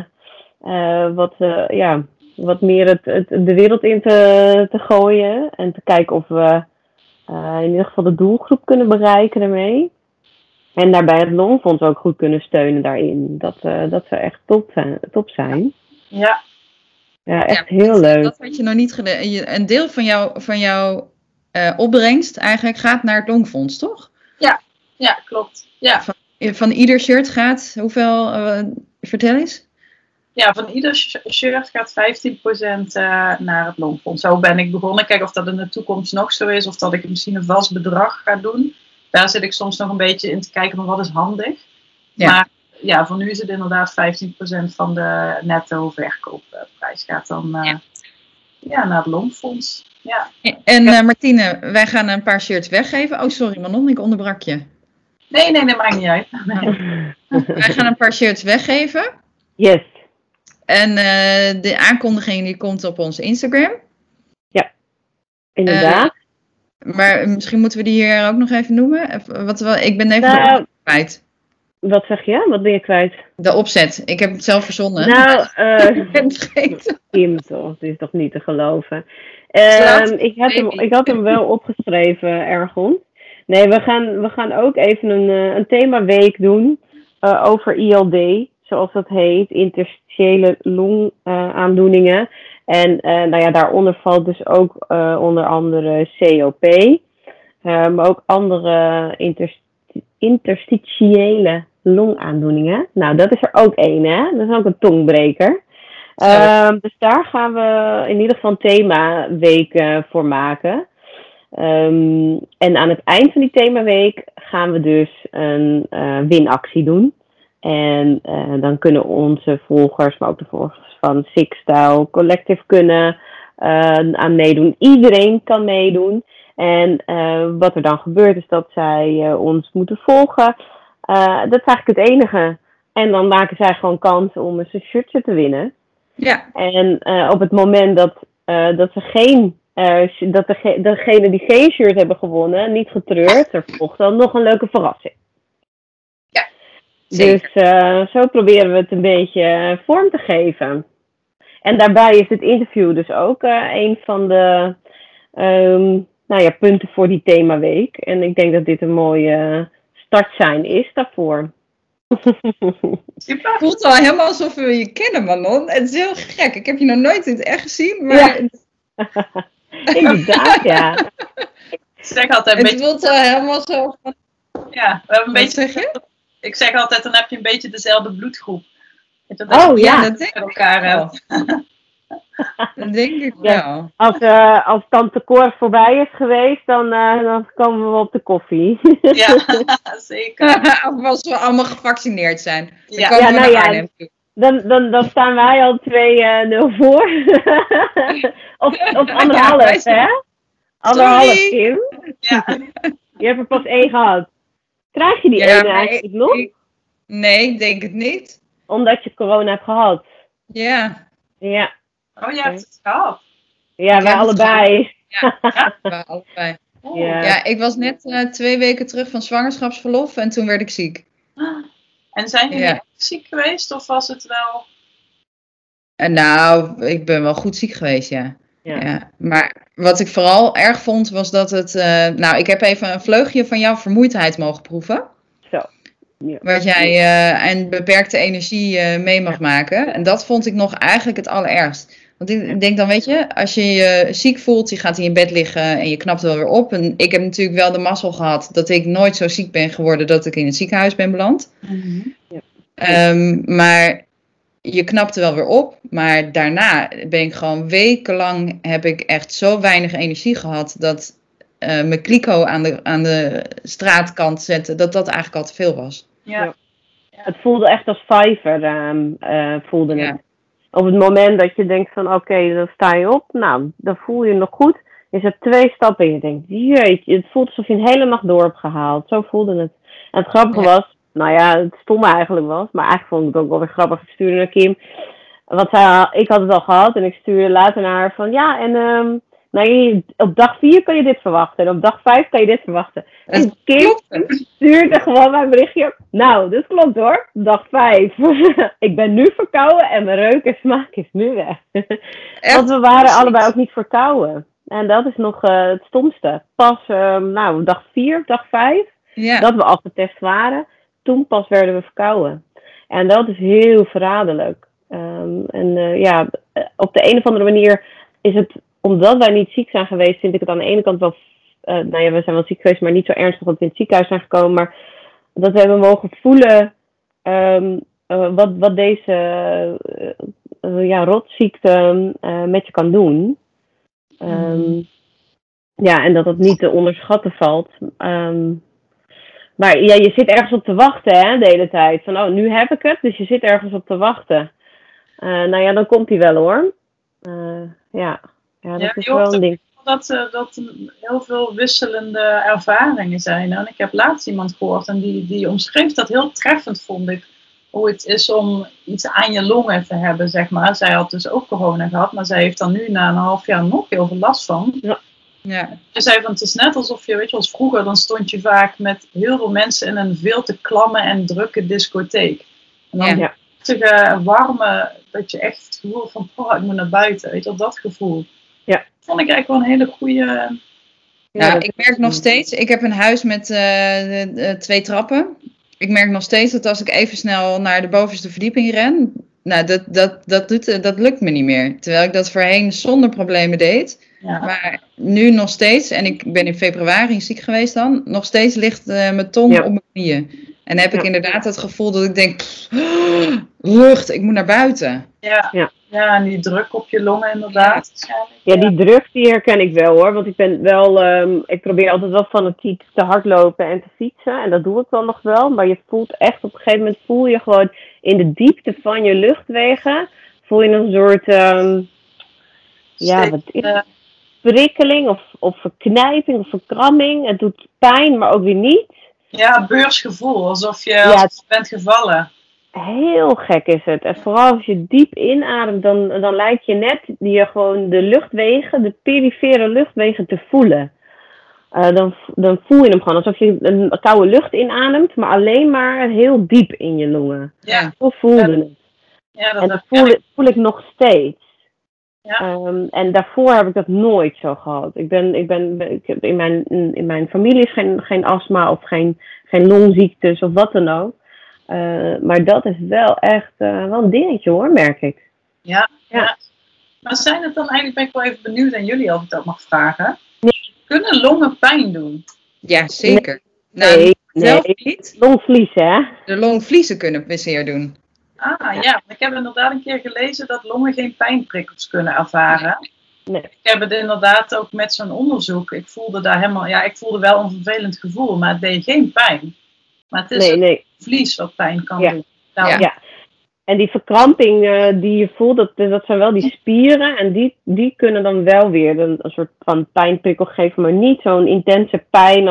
wat meer de wereld in te gooien. En te kijken of we in ieder geval de doelgroep kunnen bereiken ermee. En daarbij het Longfonds ook goed kunnen steunen daarin. Dat zou echt top zijn. Ja. Ja, echt heel leuk. Dat had je nog niet gedaan. Een deel van jouw opbrengst eigenlijk gaat naar het Longfonds, toch? Ja, klopt. Ja. Van ieder shirt gaat, hoeveel, vertel eens? Ja, van ieder shirt gaat 15% naar het Longfonds. Zo ben ik begonnen. Kijk of dat in de toekomst nog zo is, of dat ik misschien een vast bedrag ga doen. Daar zit ik soms nog een beetje in te kijken van wat is handig. Ja. Maar ja, voor nu is het inderdaad 15% van de netto verkoopprijs gaat dan naar het Longfonds. Ja. En Martine, wij gaan een paar shirts weggeven. Oh, sorry Manon, ik onderbrak je. Nee, maakt niet uit. Wij gaan een paar shirts weggeven. Yes. En de aankondiging die komt op ons Instagram. Ja, inderdaad. Maar misschien moeten we die hier ook nog even noemen. Ik ben even de opzet kwijt. Wat zeg je? Wat ben je kwijt? De opzet. Ik heb het zelf verzonnen. Ik ben het vergeten. Kim toch, het is toch niet te geloven. Ik had hem wel opgeschreven ergens. Nee, we gaan ook even een themaweek doen over ILD, zoals dat heet, interstitiële longaandoeningen. En daaronder valt dus ook onder andere COP, maar ook andere interstitiële longaandoeningen. Nou, dat is er ook één, hè? Dat is ook een tongbreker. Dus daar gaan we in ieder geval een themaweek voor maken. En aan het eind van die themaweek gaan we dus een winactie doen. En dan kunnen onze volgers, maar ook de volgers van Sick Style Collective kunnen aan meedoen. Iedereen kan meedoen. En wat er dan gebeurt is dat zij ons moeten volgen. Dat is eigenlijk het enige. En dan maken zij gewoon kans om een shirtje te winnen. Ja. En op het moment dat ze geen... degene die geen shirt hebben gewonnen, niet getreurd. Er volgt dan nog een leuke verrassing. Ja, zeker. Dus zo proberen we het een beetje vorm te geven. En daarbij is het interview dus ook een van de punten voor die themaweek. En ik denk dat dit een mooie startsein is daarvoor. Het voelt al helemaal alsof we je kennen, Manon. Het is heel gek. Ik heb je nog nooit in het echt gezien, maar... Ja. Inderdaad, ja. Ik zeg altijd het voelt al helemaal zo van... Ja, we hebben een beetje... zeg je? Ik zeg altijd, dan heb je een beetje dezelfde bloedgroep. Dat dat dat denk ik elkaar hebt. Dat denk ik wel. Als Tante Cor voorbij is geweest, dan komen we op de koffie. Ja, zeker. Of als we allemaal gevaccineerd zijn. Dan Ja. komen we naar Arnhem toe. Dan staan wij al 2-0 voor. of 1,5, hè? 1,5, Kim. Ja. Je hebt er pas 1 gehad. Krijg je die ene eigenlijk nog? Nee, ik denk het niet. Omdat je corona hebt gehad? Ja. Ja. Oh, je hebt het gehad? Ja, wij allebei. Ja, wij allebei. Oh. Ja, ik was net 2 weken terug van zwangerschapsverlof en toen werd ik ziek. En zijn jullie echt ziek geweest of was het wel... Nou, ik ben wel goed ziek geweest, ja. Maar wat ik vooral erg vond was dat het... ik heb even een vleugje van jouw vermoeidheid mogen proeven. Zo. Ja. Wat jij en beperkte energie mee mag maken. En dat vond ik nog eigenlijk het allerergst. Want ik denk dan, weet je, als je je ziek voelt, je gaat in je bed liggen en je knapt wel weer op. En ik heb natuurlijk wel de mazzel gehad dat ik nooit zo ziek ben geworden dat ik in het ziekenhuis ben beland. Mm-hmm. Maar je knapte wel weer op. Maar daarna ben ik gewoon wekenlang, heb ik echt zo weinig energie gehad dat mijn kliko aan de straatkant zetten, dat eigenlijk al te veel was. Ja. Het voelde echt als vijver, voelde het. Ja. Op het moment dat je denkt van oké, dan sta je op. Nou, dan voel je je nog goed. Je zet 2 stappen en je denkt, jeetje, het voelt alsof je een hele nacht door hebt gehaald. Zo voelde het. En het grappige was, het stomme eigenlijk was, maar eigenlijk vond ik het ook wel weer grappig. Ik stuurde naar Kim. Want ik had het al gehad en ik stuurde later naar haar van op dag 4 kan je dit verwachten. En op dag 5 kan je dit verwachten. En Kim stuurde gewoon mijn berichtje. Nou, dat klopt hoor. Dag 5. Ik ben nu verkouden en mijn reuk en smaak is nu weg. Want we waren allebei ook niet verkouden. En dat is nog het stomste. Pas dag 4, dag 5, dat we afgetest waren. Toen pas werden we verkouden. En dat is heel verraderlijk. Op de een of andere manier is het, omdat wij niet ziek zijn geweest, vind ik het aan de ene kant wel... we zijn wel ziek geweest, maar niet zo ernstig dat we in het ziekenhuis zijn gekomen. Maar dat we hebben mogen voelen wat deze rotziekte met je kan doen. En dat het niet te onderschatten valt. Maar je zit ergens op te wachten, hè, de hele tijd. Van, nu heb ik het, dus je zit ergens op te wachten. Dan komt hij wel, hoor. Dat is wel een ding. Dat heel veel wisselende ervaringen zijn. En ik heb laatst iemand gehoord en die omschreef dat heel treffend, vond ik. Hoe het is om iets aan je longen te hebben, zeg maar. Zij had dus ook corona gehad, maar zij heeft dan nu na een half jaar nog heel veel last van. Ja. Ze zei van, het is net alsof je, weet je, als vroeger, dan stond je vaak met heel veel mensen in een veel te klamme en drukke discotheek. En dan warme, dat je echt het gevoel van, ik moet naar buiten, weet je, dat gevoel. Ja. Dat vond ik eigenlijk wel een hele goede... Ik merk nog steeds, ik heb een huis met 2 trappen. Ik merk nog steeds dat als ik even snel naar de bovenste verdieping ren, dat lukt me niet meer. Terwijl ik dat voorheen zonder problemen deed. Ja. Maar nu nog steeds, en ik ben in februari ziek geweest dan, nog steeds ligt mijn tong op mijn knieën. En heb ik inderdaad het gevoel dat ik denk, lucht, ik moet naar buiten. Ja, en die druk op je longen inderdaad. Ja, die druk die herken ik wel, hoor. Want ik ben wel, ik probeer altijd wel fanatiek te hardlopen en te fietsen. En dat doe ik dan nog wel. Maar je voelt echt, op een gegeven moment voel je gewoon in de diepte van je luchtwegen, voel je een soort, wat is het? prikkeling of verknijping of verkramming. Het doet pijn, maar ook weer niet. Ja, beursgevoel, alsof je bent gevallen. Heel gek is het. En vooral als je diep inademt, dan lijkt je net gewoon de luchtwegen, de perifere luchtwegen te voelen. Dan voel je hem gewoon alsof je een koude lucht inademt, maar alleen maar heel diep in je longen. Ja. Zo voelde het. Ja, en dat voel ik nog steeds. Ja. En daarvoor heb ik dat nooit zo gehad. Ik heb in mijn familie is geen astma of geen longziektes of wat dan ook. Maar dat is wel echt wel een dingetje hoor, merk ik. Ja. Maar zijn het dan eigenlijk, ben ik wel even benieuwd aan jullie als ik dat mag vragen. Nee. Kunnen longen pijn doen? Ja, zeker. Nee. Zelf niet. Longvliezen, hè? De longvliezen kunnen zeer doen. Ja. Ik heb inderdaad een keer gelezen dat longen geen pijnprikkels kunnen ervaren. Nee. Ik heb het inderdaad ook met zo'n onderzoek. Ik voelde daar ik voelde wel een vervelend gevoel, maar het deed geen pijn. Maar het is het vlies wat pijn kan doen. Ja. En die verkramping die je voelt, dat zijn wel die spieren. En die kunnen dan wel weer een soort van pijnprikkel geven. Maar niet zo'n intense pijn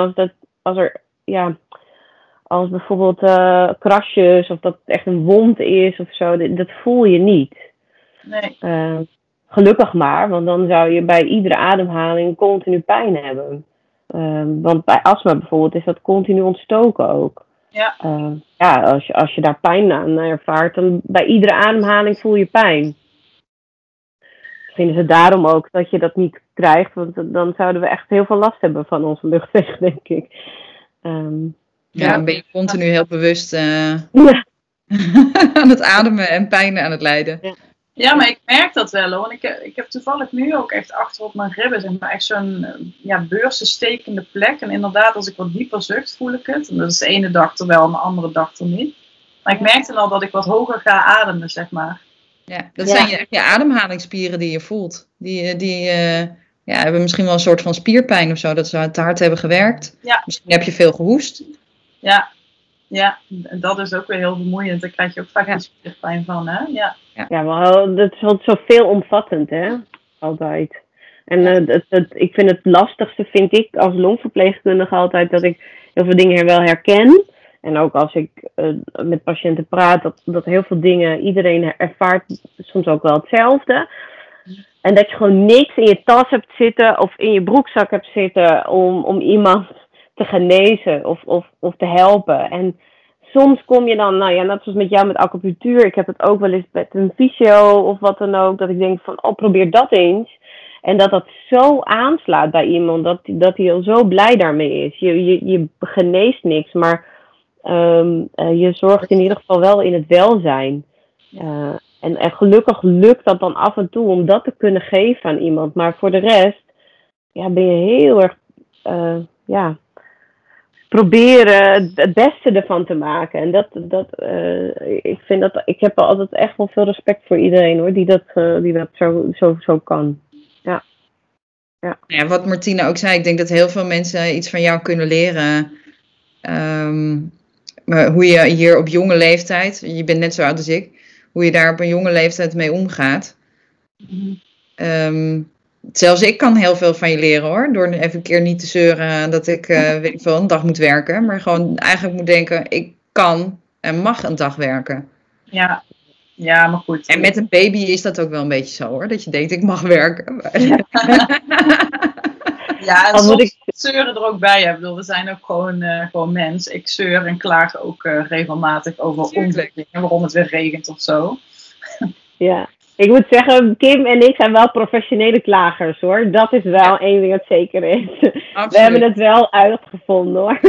als bijvoorbeeld krasjes. Of dat het echt een wond is of zo. Dat voel je niet. Nee. Gelukkig maar. Want dan zou je bij iedere ademhaling continu pijn hebben. Want bij astma bijvoorbeeld is dat continu ontstoken ook. Ja. Als je daar pijn aan ervaart, dan bij iedere ademhaling voel je pijn. Misschien is het daarom ook dat je dat niet krijgt, want dan zouden we echt heel veel last hebben van onze luchtweg, denk ik. Dan ben je continu heel bewust aan het ademen en pijn aan het lijden. Ja, maar ik merk dat wel hoor. Ik heb toevallig nu ook echt achter op mijn ribben, zeg maar, echt zo'n beursenstekende plek. En inderdaad, als ik wat dieper zucht, voel ik het. En dat is de ene dag er wel en de andere dag er niet. Maar ik merkte al dat ik wat hoger ga ademen, zeg maar. Ja, dat zijn je ademhalingsspieren die je voelt. Die hebben misschien wel een soort van spierpijn of zo, dat ze te hard hebben gewerkt. Ja. Misschien heb je veel gehoest. Ja, en dat is ook weer heel vermoeiend. Daar krijg je ook vaak spierpijn van, hè? Ja, maar dat is wel zo veelomvattend, hè? Altijd. En ik vind het lastigste, vind ik, als longverpleegkundige altijd, dat ik heel veel dingen wel herken. En ook als ik met patiënten praat, dat heel veel dingen, iedereen ervaart soms ook wel hetzelfde. En dat je gewoon niks in je tas hebt zitten of in je broekzak hebt zitten om iemand te genezen of te helpen. En soms kom je dan, net zoals met jou met acupunctuur. Ik heb het ook wel eens met een fysio of wat dan ook. Dat ik denk van, probeer dat eens. En dat zo aanslaat bij iemand. Dat hij al zo blij daarmee is. Je geneest niks, maar je zorgt in ieder geval wel in het welzijn. En gelukkig lukt dat dan af en toe om dat te kunnen geven aan iemand. Maar voor de rest ben je heel erg proberen het beste ervan te maken. En ik heb altijd echt wel veel respect voor iedereen hoor, die dat zo kan. Ja, wat Martine ook zei, ik denk dat heel veel mensen iets van jou kunnen leren. Hoe je hier op jonge leeftijd, je bent net zo oud als ik, hoe je daar op een jonge leeftijd mee omgaat. Zelfs ik kan heel veel van je leren hoor. Door even een keer niet te zeuren dat ik een dag moet werken. Maar gewoon eigenlijk moet denken, ik kan en mag een dag werken. Ja, maar goed. En met een baby is dat ook wel een beetje zo hoor. Dat je denkt, ik mag werken. Ja, en soms zeuren er ook bij. Ik bedoel, we zijn ook gewoon mens. Ik zeur en klaag ook regelmatig over onzekeringen. Waarom het weer regent of zo. Ja. Ik moet zeggen, Kim en ik zijn wel professionele klagers hoor. Dat is wel één ding dat zeker is. Absoluut. We hebben het wel uitgevonden hoor.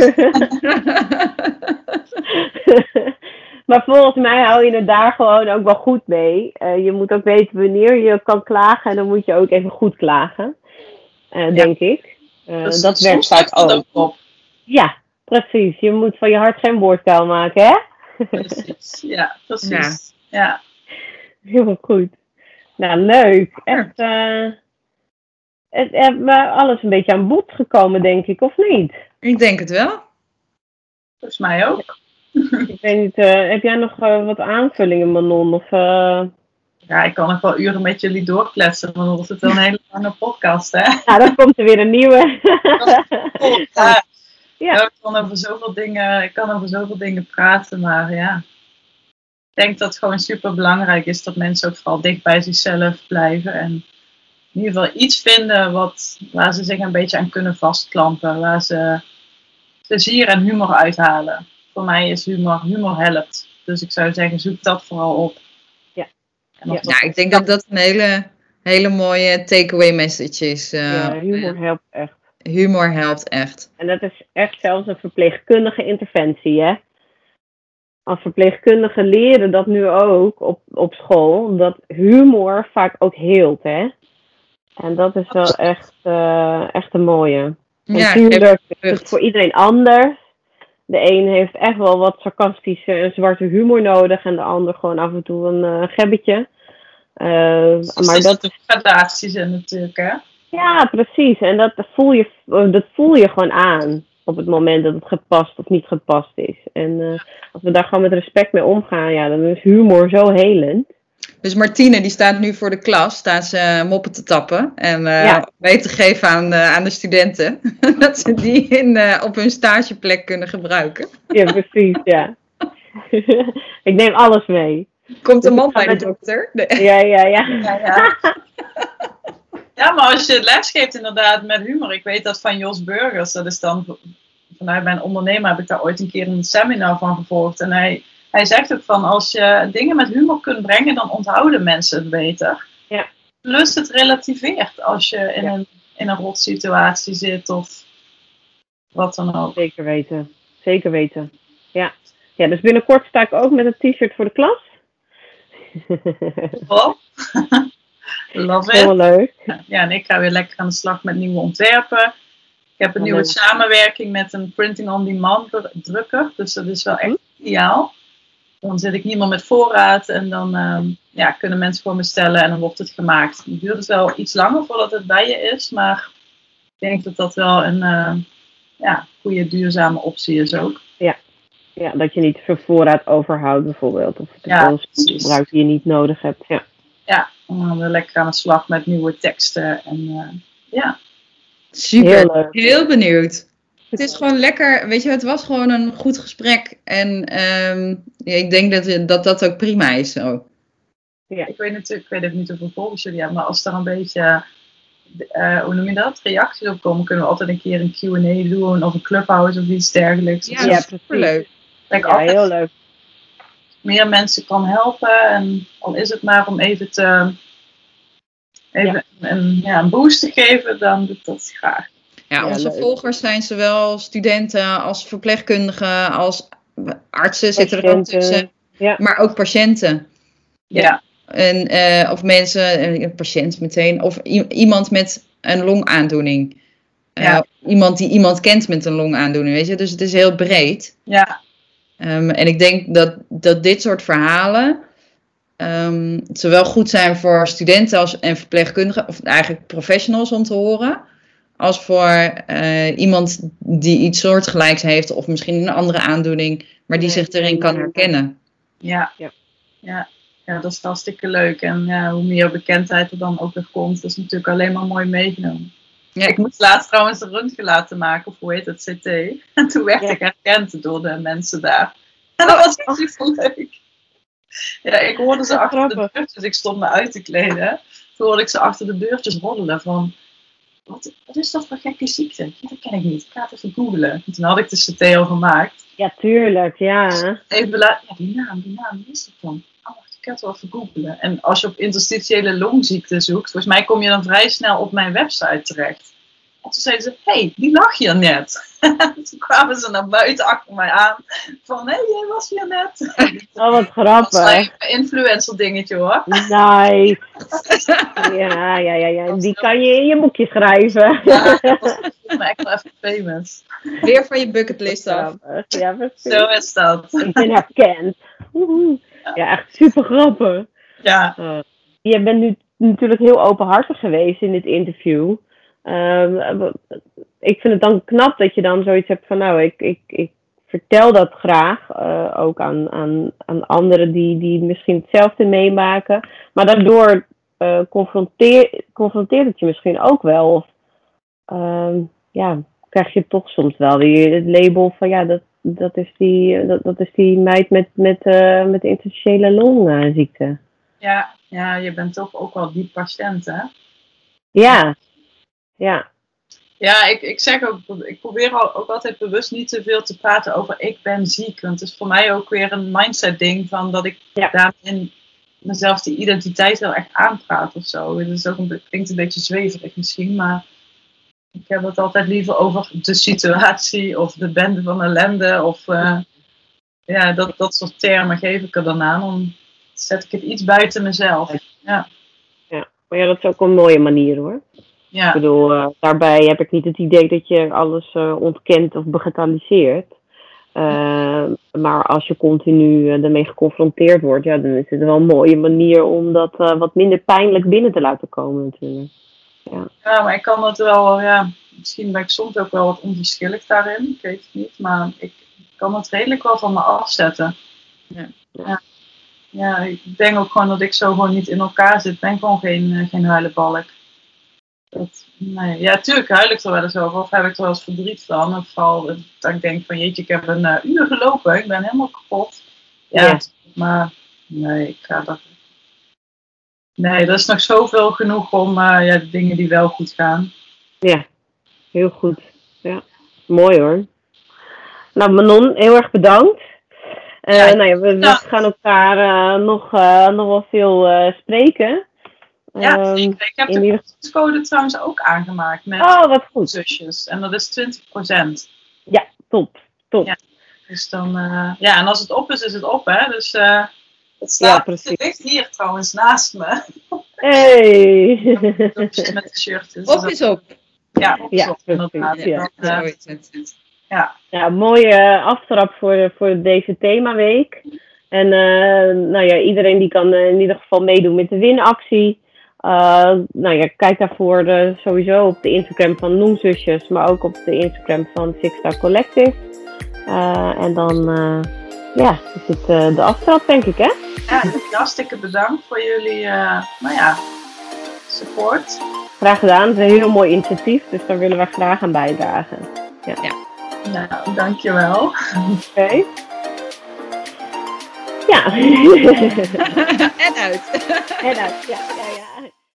Maar volgens mij hou je het daar gewoon ook wel goed mee. Je moet ook weten wanneer je kan klagen. En dan moet je ook even goed klagen. Denk ik. Dat werkt vaak ook. Op. Ja, precies. Je moet van je hart geen woordkuil maken, hè? Precies. Ja, precies. Ja. Heel goed. Nou, leuk. Echt, maar alles een beetje aan bod gekomen, denk ik, of niet? Ik denk het wel. Volgens mij ook. Ik weet niet, heb jij nog wat aanvullingen, Manon? Of Ja, ik kan nog wel uren met jullie doorkletsen, want dan wordt het wel een hele lange podcast, hè? Ja, dan komt er weer een nieuwe. Ja. Ik kan over zoveel dingen praten, maar ja. Ik denk dat het gewoon super belangrijk is dat mensen ook vooral dicht bij zichzelf blijven. En in ieder geval iets vinden waar ze zich een beetje aan kunnen vastklampen. Waar ze plezier en humor uithalen. Voor mij is humor helpt. Dus ik zou zeggen, zoek dat vooral op. Ja, ik denk dat dat een hele mooie takeaway message is. Humor helpt echt. Humor helpt echt. En dat is echt zelfs een verpleegkundige interventie, hè? Als verpleegkundigen leren dat nu ook op school, dat humor vaak ook heelt, hè? En dat is wel echt een mooie. Natuurlijk is het voor iedereen anders. De een heeft echt wel wat sarcastische en zwarte humor nodig en de ander gewoon af en toe een gebbetje. Maar dat is gradaties natuurlijk, hè? Ja, precies. En dat voel je gewoon aan op het moment dat het gepast of niet gepast is. En als we daar gewoon met respect mee omgaan, ja, dan is humor zo helend. Dus Martine, die staat nu voor de klas, staat ze moppen te tappen en mee te geven aan de studenten. Dat ze die op hun stageplek kunnen gebruiken. Ja, precies, ja. Ik neem alles mee. Komt een man bij de dokter? Ja. Ja, maar als je les geeft inderdaad met humor. Ik weet dat van Jos Burgers, dat is dan vanuit mijn ondernemer, heb ik daar ooit een keer een seminar van gevolgd. En hij zegt ook van, als je dingen met humor kunt brengen, dan onthouden mensen het beter. Ja. Plus het relativeert als je in een rotsituatie zit of wat dan ook. Zeker weten. Ja, dus binnenkort sta ik ook met een t-shirt voor de klas. Oh. Love it. Heel leuk. Ja, en ik ga weer lekker aan de slag met nieuwe ontwerpen. Ik heb een nieuwe samenwerking met een printing-on-demand drukker. Dus dat is wel echt ideaal. Dan zit ik niet meer met voorraad en dan kunnen mensen gewoon bestellen en dan wordt het gemaakt. Het duurt dus wel iets langer voordat het bij je is, maar ik denk dat dat wel een goede duurzame optie is ook. Ja, dat je niet veel voorraad overhoudt bijvoorbeeld. Of veel gebruik die je niet nodig hebt. Ja, en dan weer lekker aan de slag met nieuwe teksten. En super, heel benieuwd. Het is gewoon lekker, weet je, het was gewoon een goed gesprek. En ik denk dat ook prima is zo. Ja. Ik weet even niet hoeveel volgers jullie hebben, maar als er een beetje, hoe noem je dat, reacties op komen, kunnen we altijd een keer een Q&A doen of een clubhouse of iets dergelijks. Ja, superleuk. Heel leuk. Meer mensen kan helpen en al is het maar om even een boost te geven, dan doe ik dat graag. Ja, onze volgers zijn zowel studenten als verpleegkundigen, als artsen zitten er ook tussen, maar ook patiënten. Ja. En, of mensen, een patiënt meteen, of iemand met een longaandoening. Iemand die iemand kent met een longaandoening, weet je. Dus het is heel breed. Ja. En ik denk dat dit soort verhalen zowel goed zijn voor studenten en verpleegkundigen, of eigenlijk professionals om te horen, als voor iemand die iets soortgelijks heeft of misschien een andere aandoening, maar die zich erin kan herkennen. Ja, dat is hartstikke leuk. En hoe meer bekendheid er dan ook weer komt, is natuurlijk alleen maar mooi meegenomen. Ja. Ik moest laatst trouwens een röntgen laten maken, of hoe heet het, CT. En toen werd ik herkend door de mensen daar. En dat was echt super leuk. Ja, ik hoorde ze achter de deurtjes, ik stond me uit te kleden. Toen hoorde ik ze achter de deurtjes roddelen van, wat is dat voor gekke ziekte? Ja, dat ken ik niet, ik ga het even googlen. En toen had ik de CT al gemaakt. Ja, tuurlijk, ja. Even die naam, wie is dat dan? Ik ga het wel even googlen. En als je op interstitiële longziekte zoekt, volgens mij kom je dan vrij snel op mijn website terecht. En toen zeiden ze, hey, die lag hier net. Toen kwamen ze naar buiten achter mij aan. Van, hey, jij was hier net. Oh, wat grappig. Dat was een influencer dingetje hoor. Nice. Ja. Die kan je in je boekje schrijven. Ja, dat was echt wel even famous. Weer van je bucketlist af. Ja, precies. Zo is dat. Ik ben herkend. Ja, echt super grappig. Ja. Je bent nu natuurlijk heel openhartig geweest in dit interview. Ik vind het dan knap dat je dan zoiets hebt van, nou, ik vertel dat graag ook aan anderen die misschien hetzelfde meemaken. Maar daardoor confronteert het je misschien ook wel. Of krijg je toch soms wel weer het label van dat is die meid met de interstitiële longziekte. Ja, je bent toch ook wel die patiënt, hè? Ja. Ja, ik zeg ook, ik probeer ook altijd bewust niet te veel te praten over ik ben ziek. Want het is voor mij ook weer een mindset ding van dat ik daarin mezelf die identiteit heel erg aanpraat of zo. Het is ook klinkt een beetje zweverig misschien, maar ik heb het altijd liever over de situatie of de bende van ellende of dat soort termen geef ik er dan aan. Dan zet ik het iets buiten mezelf. Ja. Maar dat is ook een mooie manier hoor. Ja. Ik bedoel, daarbij heb ik niet het idee dat je alles ontkent of bagatelliseert. Maar als je continu ermee geconfronteerd wordt, dan is het wel een mooie manier om dat wat minder pijnlijk binnen te laten komen natuurlijk. Ja, maar ik kan dat wel, misschien ben ik soms ook wel wat onverschillig daarin, ik weet het niet, maar ik kan het redelijk wel van me afzetten. Ja, ik denk ook gewoon dat ik zo gewoon niet in elkaar zit. Ik ben gewoon geen huilenbalk. Ja, tuurlijk huil ik er wel eens over. Of heb ik er wel eens verdriet van. Of vooral dat ik denk van jeetje, ik heb een uur gelopen. Ik ben helemaal kapot. Ja. Maar nee, ik ga dat... Nee, er is nog zoveel genoeg om de dingen die wel goed gaan. Ja, heel goed. Ja, mooi hoor. Nou Manon, heel erg bedankt. We gaan elkaar nog wel veel spreken. Ja, zeker. Ik heb de code trouwens ook aangemaakt met wat goed. zusjes. En dat is 20%. Ja, top. Ja, dus dan, en als het op is, is het op, hè. Dus het staat ligt hier trouwens naast me. Hey! Met de shirt. Dus op is op. Ja, op is op. Inderdaad. Ja, mooie aftrap voor deze themaweek. En iedereen die kan in ieder geval meedoen met de winactie. Kijk daarvoor sowieso op de Instagram van Longzusjes, maar ook op de Instagram van Six Star Collective. En dan is het de aftrap, denk ik, hè? Ja, hartstikke bedankt voor jullie support. Graag gedaan, het is een heel mooi initiatief, dus daar willen we graag aan bijdragen. Ja. Nou, dankjewel. Oké. Ja. En uit. En uit, ja.